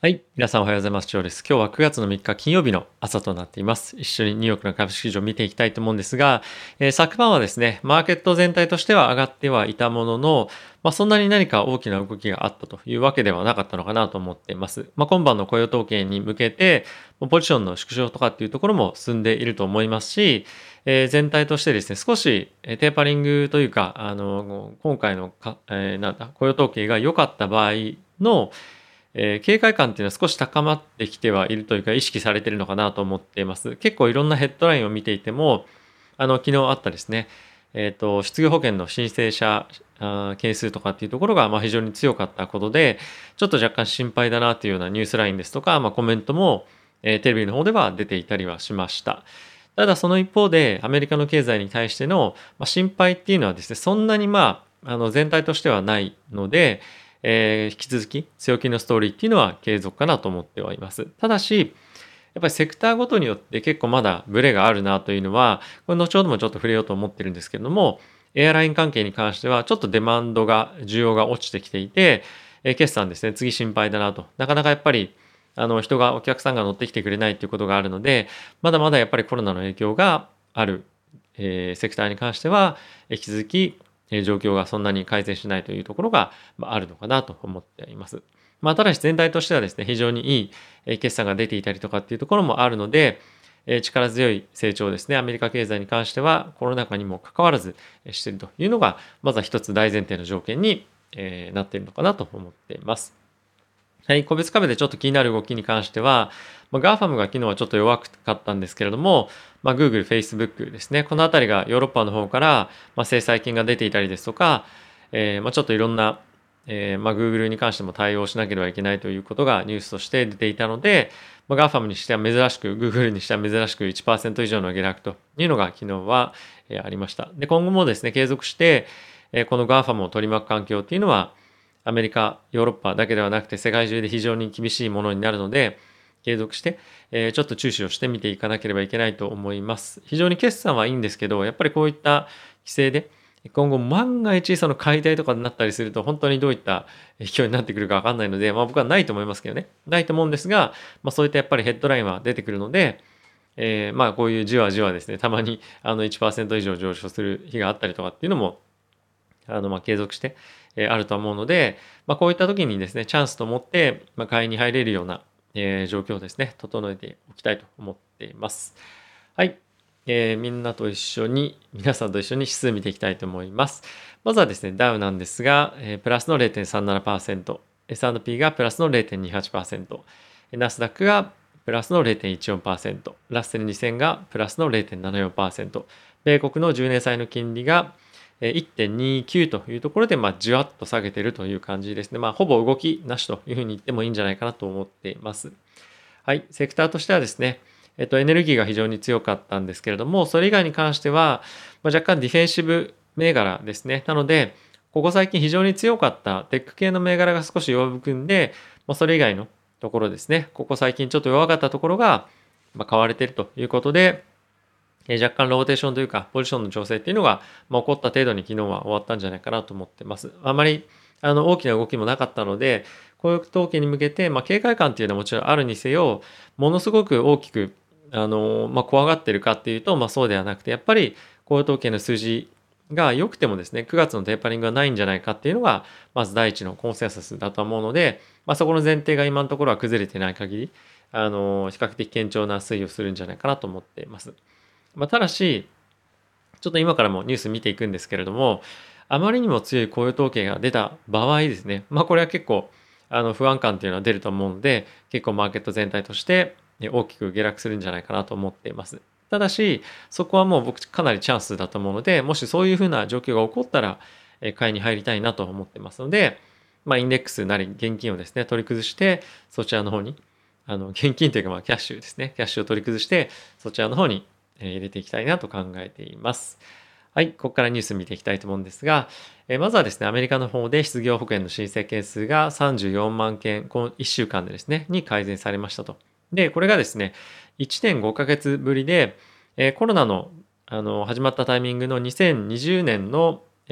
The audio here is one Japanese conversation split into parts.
はい。皆さんおはようございます。ジョーです。今日は9月の3日金曜日の朝となっています。一緒にニューヨークの株式市場を見ていきたいと思うんですが、昨晩はですね、マーケット全体としては上がってはいたものの、そんなに何か大きな動きがあったというわけではなかったのかなと思っています。今晩の雇用統計に向けて、ポジションの縮小とかっていうところも進んでいると思いますし、全体としてですね、少しテーパリングというか、今回の雇用統計が良かった場合の、警戒感っていうのは少し高まってきてはいるというか、意識されているのかなと思っています。結構いろんなヘッドラインを見ていても、昨日あったですね、失業保険の申請者件数とかっていうところが非常に強かったことで、ちょっと若干心配だなというようなニュースラインですとか、コメントも、テレビの方では出ていたりはしました。ただその一方で、アメリカの経済に対しての、心配っていうのはですね、そんなに全体としてはないので、引き続き強気のストーリーっていうのは継続かなと思ってはいます。ただし、やっぱりセクターごとによって結構まだブレがあるなというのは、これ後ほどもちょっと触れようと思ってるんですけれども、エアライン関係に関してはちょっとデマンドが、需要が落ちてきていて、決算ですね、次心配だなと。なかなかやっぱり、お客さんが乗ってきてくれないということがあるので、まだまだやっぱりコロナの影響がある、セクターに関しては、引き続き状況がそんなに改善しないというところがあるのかなと思っています。ただし全体としてはですね、非常にいい決算が出ていたりとかっていうところもあるので、力強い成長ですね、アメリカ経済に関してはコロナ禍にもかかわらずしているというのが、まずは一つ大前提の条件になっているのかなと思っています。はい、個別株でちょっと気になる動きに関しては、GAFAM が昨日はちょっと弱かったんですけれども、Google、Facebook ですね、このあたりがヨーロッパの方から、制裁金が出ていたりですとか、ちょっといろんな、Google に関しても対応しなければいけないということがニュースとして出ていたので、GAFAM にしては珍しく、Google にしては珍しく1%以上の下落というのが昨日はありました。で、今後もですね、継続して、この GAFAM を取り巻く環境っていうのは、アメリカ、ヨーロッパだけではなくて世界中で非常に厳しいものになるので、継続して、ちょっと注視をして見ていかなければいけないと思います。非常に決算はいいんですけど、やっぱりこういった規制で、今後万が一その解体とかになったりすると、本当にどういった勢いになってくるかわかんないので、僕はないと思いますけどね。ないと思うんですが、そういったやっぱりヘッドラインは出てくるので、こういうじわじわですね、たまに1%以上上昇する日があったりとかっていうのも、継続して、あると思うので、こういった時にですね、チャンスと思って、買いに入れるような、状況をですね、整えておきたいと思っています。はい。皆さんと一緒に指数見ていきたいと思います。まずはですね、ダウなんですが、プラスの0.37%、S&P がプラスの0.28%、ナスダックがプラスの0.14%、ラッセル2000がプラスの0.74%、米国の10年債の金利が1.29というところで、じわっと下げているという感じですね。ほぼ動きなしというふうに言ってもいいんじゃないかなと思っています。はい。セクターとしてはですね、エネルギーが非常に強かったんですけれども、それ以外に関しては、若干ディフェンシブ銘柄ですね。なので、ここ最近非常に強かったテック系の銘柄が少し弱含んで、それ以外のところですね、ここ最近ちょっと弱かったところが、買われているということで、若干ローテーションというか、ポジションの調整っていうのが、起こった程度に昨日は終わったんじゃないかなと思ってます。あまり、大きな動きもなかったので、雇用統計に向けて、警戒感っていうのはもちろんあるにせよ、ものすごく大きく、怖がってるかっていうと、そうではなくて、やっぱり雇用統計の数字が良くてもですね、9月のテーパリングがないんじゃないかっていうのが、まず第一のコンセンサスだと思うので、そこの前提が今のところは崩れてない限り、比較的堅調な推移をするんじゃないかなと思っています。ただし、ちょっと今からもニュース見ていくんですけれども、あまりにも強い雇用統計が出た場合ですね、これは結構不安感っていうのは出ると思うので、結構マーケット全体として大きく下落するんじゃないかなと思っています。ただし、そこはもう僕かなりチャンスだと思うので、もしそういうふうな状況が起こったら、買いに入りたいなと思ってますので、インデックスなり現金をですね、取り崩して、そちらの方に、現金というかキャッシュですね、キャッシュを取り崩して、そちらの方に入れていきたいなと考えています。はい、ここからニュース見ていきたいと思うんですが、まずはですね、アメリカの方で失業保険の申請件数が34万件、この1週間でですね、に改善されましたと。で、これがですね、1.5ヶ月ぶりで、コロナの始まったタイミングの2020年の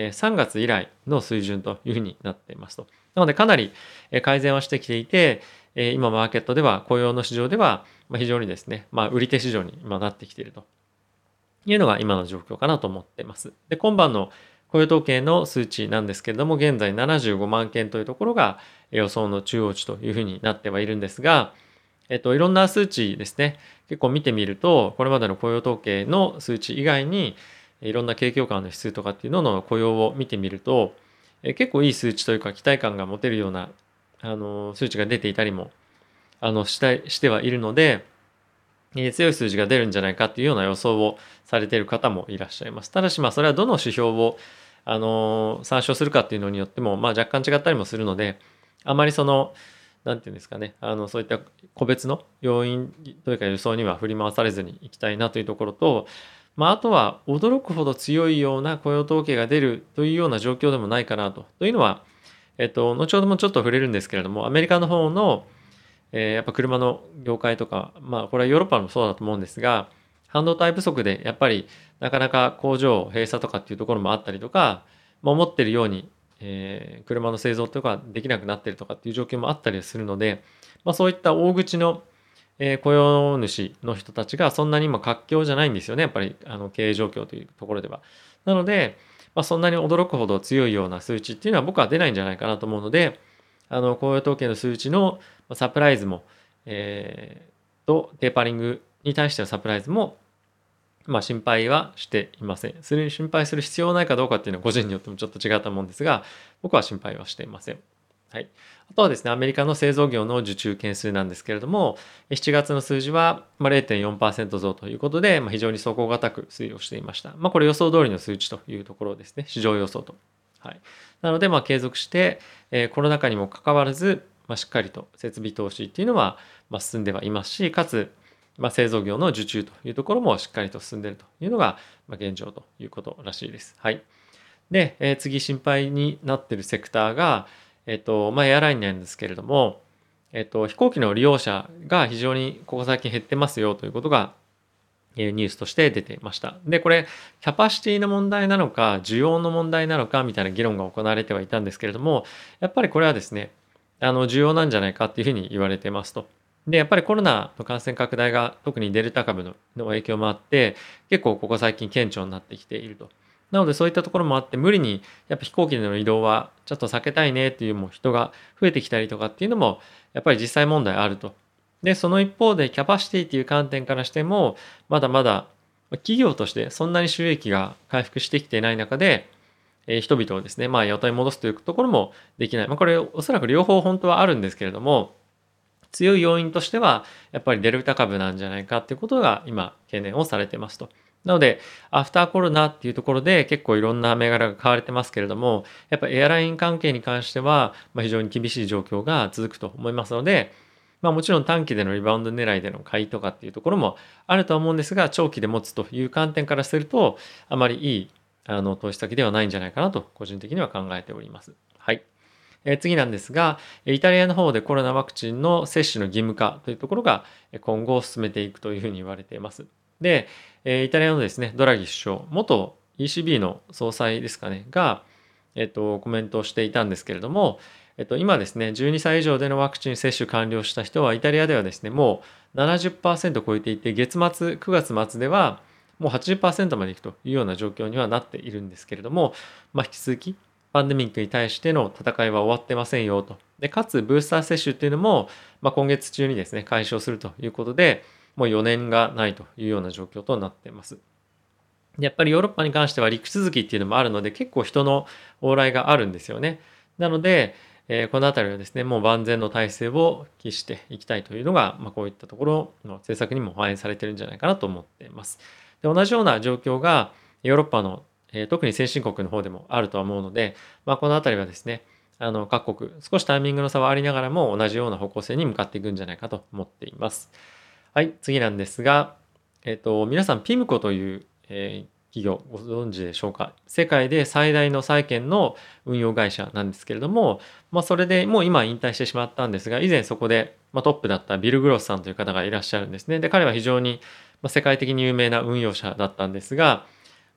3月以来の水準というふうになっていますと。なのでかなり改善はしてきていて、今マーケットでは雇用の市場では非常にですね、売り手市場に今なってきているというのが今の状況かなと思っています。で、今晩の雇用統計の数値なんですけれども、現在75万件というところが予想の中央値というふうになってはいるんですが、いろんな数値ですね、結構見てみると、これまでの雇用統計の数値以外に、いろんな景況感の指数とかっていうのの雇用を見てみると、結構いい数値というか期待感が持てるような数値が出ていたりもしてはいるので、強い数字が出るんじゃないかっていうような予想をされている方もいらっしゃいます。ただしそれはどの指標を参照するかっていうのによっても若干違ったりもするので、あまりなんていうんですかね、そういった個別の要因というか予想には振り回されずにいきたいなというところと、あとは驚くほど強いような雇用統計が出るというような状況でもないかなと。というのは、後ほどもちょっと触れるんですけれども、アメリカの方の、やっぱ車の業界とか、これはヨーロッパもそうだと思うんですが、半導体不足でやっぱりなかなか工場閉鎖とかっていうところもあったりとか、思ってるように、車の製造とかできなくなってるとかっていう状況もあったりするので、そういった大口の雇用主の人たちがそんなに今活況じゃないんですよね。やっぱり経営状況というところでは。なので、そんなに驚くほど強いような数値っていうのは僕は出ないんじゃないかなと思うので、雇用統計の数値のサプライズも、テーパリングに対してのサプライズも、心配はしていません。心配する必要はないかどうかっていうのは個人によってもちょっと違うと思うんですが、僕は心配はしていません。はい。あとはですね、アメリカの製造業の受注件数なんですけれども、7月の数字は0.4% 増ということで、非常に底堅く推移をしていました。これ予想通りの数値というところですね。市場予想と。はい。なので、継続して、コロナ禍にもかかわらず、しっかりと設備投資っていうのは、進んではいますし、かつ、製造業の受注というところもしっかりと進んでいるというのが、現状ということらしいです。はい。で、次心配になっているセクターが、エアラインなんですけれども、飛行機の利用者が非常にここ最近減ってますよということが、ニュースとして出ていました。で、これ、キャパシティの問題なのか、需要の問題なのかみたいな議論が行われてはいたんですけれども、やっぱりこれはですね、需要なんじゃないかっていうふうに言われてますと。で、やっぱりコロナの感染拡大が特にデルタ株の影響もあって、結構ここ最近顕著になってきていると。なのでそういったところもあって、無理にやっぱ飛行機での移動はちょっと避けたいねっていうもう人が増えてきたりとかっていうのも、やっぱり実際問題あると。で、その一方でキャパシティっていう観点からしても、まだまだ企業としてそんなに収益が回復してきていない中で、人々をですね、雇い戻すというところもできない。これおそらく両方本当はあるんですけれども、強い要因としては、やっぱりデルタ株なんじゃないかっていうことが今懸念をされてますと。なので、アフターコロナっていうところで結構いろんな銘柄が買われてますけれども、やっぱエアライン関係に関しては、非常に厳しい状況が続くと思いますので、もちろん短期でのリバウンド狙いでの買いとかっていうところもあるとは思うんですが、長期で持つという観点からすると、あまりいい投資先ではないんじゃないかなと、個人的には考えております。はい。次なんですが、イタリアの方でコロナワクチンの接種の義務化というところが今後進めていくというふうに言われています。で、イタリアのですね、ドラギ首相、元 ECB の総裁ですかね、が、コメントをしていたんですけれども、今ですね、12歳以上でのワクチン接種完了した人は、イタリアではですね、もう70%超えていて、月末、9月末では、もう80%までいくというような状況にはなっているんですけれども、引き続き、パンデミックに対しての戦いは終わってませんよと。で、かつ、ブースター接種っていうのも、今月中にですね、解消するということで、もう4年がないというような状況となっています。やっぱりヨーロッパに関しては陸続きっていうのもあるので、結構人の往来があるんですよね。なので、このあたりはですね、もう万全の体制を期していきたいというのが、こういったところの政策にも反映されているんじゃないかなと思っています。で、同じような状況がヨーロッパの、特に先進国の方でもあるとは思うので、このあたりはですね、各国少しタイミングの差はありながらも同じような方向性に向かっていくんじゃないかと思っています。はい、次なんですが、皆さんピムコという、企業ご存知でしょうか。世界で最大の債券の運用会社なんですけれども、それでもう今引退してしまったんですが、以前そこで、トップだったビル・グロスさんという方がいらっしゃるんですね。で、彼は非常に世界的に有名な運用者だったんですが、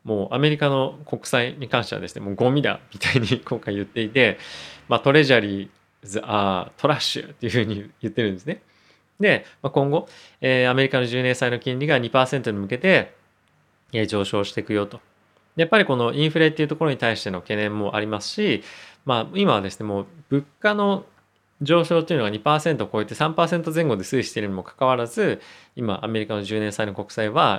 もうアメリカの国債に関してはですね、もうゴミだみたいに今回言っていて、トレジャリーズ・アー・トラッシュっていうふうに言ってるんですね。で、今後、アメリカの10年債の金利が2%に向けて、上昇していくよと。やっぱりこのインフレっていうところに対しての懸念もありますし、今はですね、もう物価の上昇というのが2%を超えて3%前後で推移しているにもかかわらず、今アメリカの10年債の国債は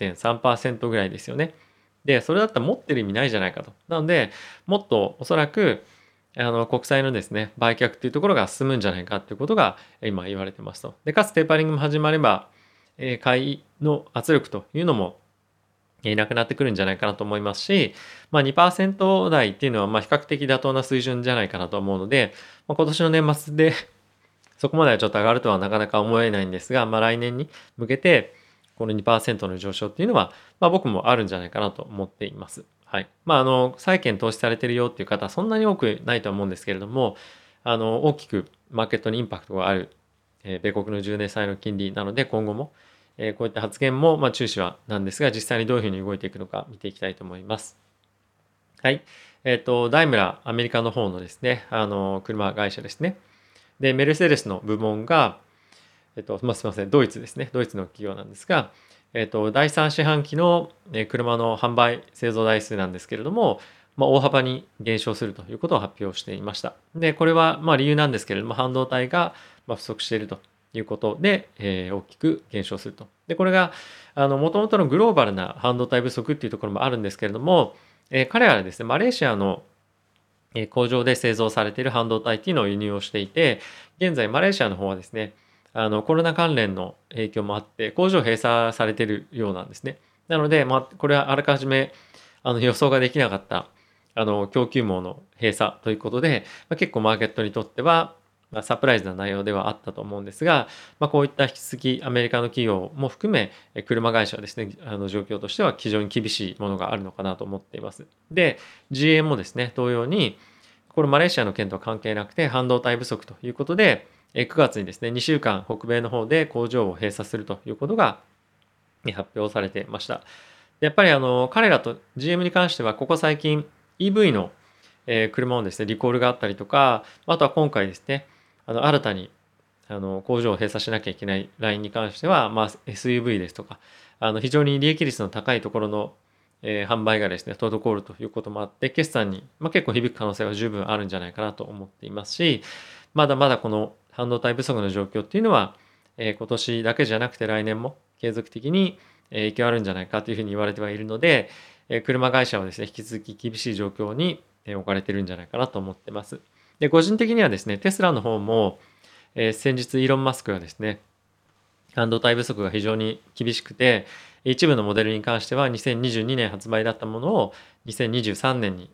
1.3% ぐらいですよね。で、それだったら持ってる意味ないじゃないかと。なので、もっとおそらく国債のですね、売却っていうところが進むんじゃないかっていうことが今言われてますと。で、かつテーパリングも始まれば、買いの圧力というのもなくなってくるんじゃないかなと思いますし、2%台っていうのは比較的妥当な水準じゃないかなと思うので、今年の年末でそこまではちょっと上がるとはなかなか思えないんですが、来年に向けてこの2%の上昇っていうのは、僕もあるんじゃないかなと思っています。はい。債券投資されてるよっていう方はそんなに多くないとは思うんですけれども、大きくマーケットにインパクトがある、米国の10年債の金利なので、今後もこういった発言も注視はなんですが、実際にどういうふうに動いていくのか見ていきたいと思います。はい。ダイムラー、アメリカの方のですね、車会社ですね。で、メルセデスの部門が、すみません、ドイツですね。ドイツの企業なんですが、第3四半期の車の販売製造台数なんですけれども、大幅に減少するということを発表していました。で、これは理由なんですけれども、半導体が不足しているということで、大きく減少すると。で、これが、もともとのグローバルな半導体不足っていうところもあるんですけれども、彼らはですね、マレーシアの工場で製造されている半導体っていうのを輸入をしていて、現在マレーシアの方はですね、コロナ関連の影響もあって、工場閉鎖されているようなんですね。なので、これはあらかじめ予想ができなかった供給網の閉鎖ということで、結構マーケットにとっては、サプライズな内容ではあったと思うんですが、こういった引き続きアメリカの企業も含め、車会社はですね、状況としては非常に厳しいものがあるのかなと思っています。で、GM もですね、同様に、これマレーシアの件とは関係なくて、半導体不足ということで、9月にですね、2週間北米の方で工場を閉鎖するということが発表されてました。やっぱり彼らと GM に関しては、ここ最近 EV の車のですね、リコールがあったりとか、あとは今回ですね、新たに工場を閉鎖しなきゃいけないラインに関しては、SUV ですとか、非常に利益率の高いところの、販売がですね、滞るということもあって、決算に、結構響く可能性は十分あるんじゃないかなと思っていますし、まだまだこの半導体不足の状況っていうのは、今年だけじゃなくて来年も継続的に影響あるんじゃないかというふうに言われてはいるので、車会社はですね、引き続き厳しい状況に置かれてるんじゃないかなと思ってます。で、個人的にはですね、テスラの方も、先日イーロン・マスクがですね、半導体不足が非常に厳しくて、一部のモデルに関しては2022年発売だったものを2023年に、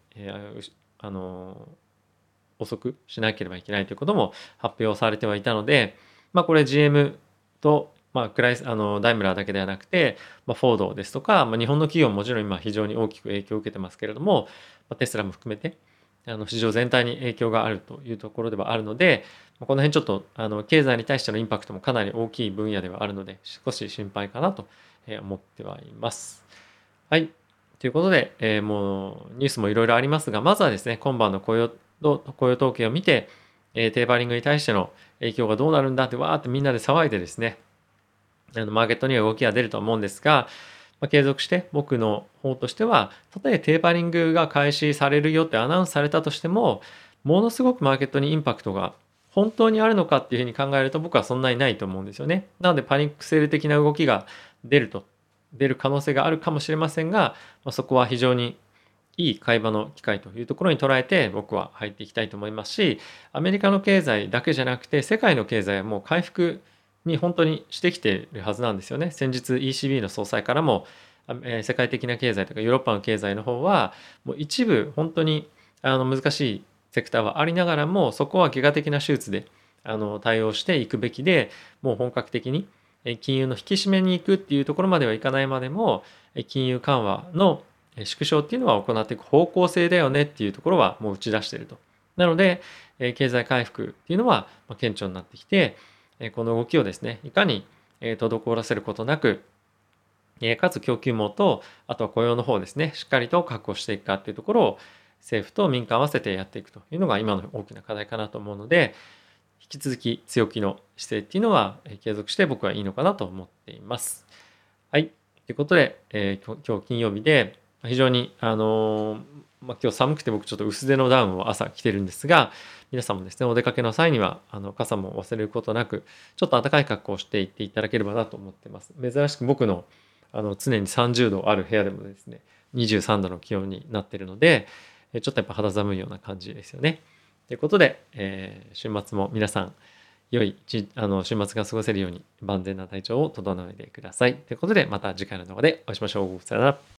遅くしなければいけないということも発表されてはいたので、これ GM と、ダイムラーだけではなくて、フォードですとか、日本の企業ももちろん今非常に大きく影響を受けてますけれども、テスラも含めて、市場全体に影響があるというところではあるので、この辺ちょっと経済に対してのインパクトもかなり大きい分野ではあるので、少し心配かなと思ってはいます。はい。ということで、もうニュースもいろいろありますが、まずはですね、今晩の雇用統計を見て、テーパリングに対しての影響がどうなるんだってわーってみんなで騒いでですね、マーケットには動きが出ると思うんですが、継続して僕の方としては、たとえテーパリングが開始されるよってアナウンスされたとしても、ものすごくマーケットにインパクトが本当にあるのかっていうふうに考えると僕はそんなにないと思うんですよね。なのでパニックセール的な動きが出る可能性があるかもしれませんが、そこは非常にいい買い場の機会というところに捉えて僕は入っていきたいと思いますし、アメリカの経済だけじゃなくて世界の経済はもう回復に本当にしてきているはずなんですよね。先日 ECB の総裁からも、世界的な経済とかヨーロッパの経済の方はもう一部本当に難しいセクターはありながらも、そこは外科的な手術で対応していくべきで、もう本格的に金融の引き締めに行くっていうところまではいかないまでも、金融緩和の縮小っていうのは行っていく方向性だよねっていうところはもう打ち出していると。なので、経済回復っていうのは顕著になってきて、この動きをですね、いかに滞らせることなくかつ供給網と、あとは雇用の方ですね、しっかりと確保していくかっていうところを、政府と民間合わせてやっていくというのが今の大きな課題かなと思うので、引き続き強気の姿勢っていうのは継続して僕はいいのかなと思っています。はい。ということで、今日金曜日で、非常に、今日寒くて僕ちょっと薄手のダウンを朝着てるんですが、皆さんもですね、お出かけの際には、傘も忘れることなく、ちょっと暖かい格好をしていっていただければなと思ってます。珍しく僕の、常に30度ある部屋でもですね、23度の気温になっているので、ちょっとやっぱ肌寒いような感じですよね。ということで、週末も皆さん、良い週末が過ごせるように万全な体調を整えてください。ということで、また次回の動画でお会いしましょう。さよなら。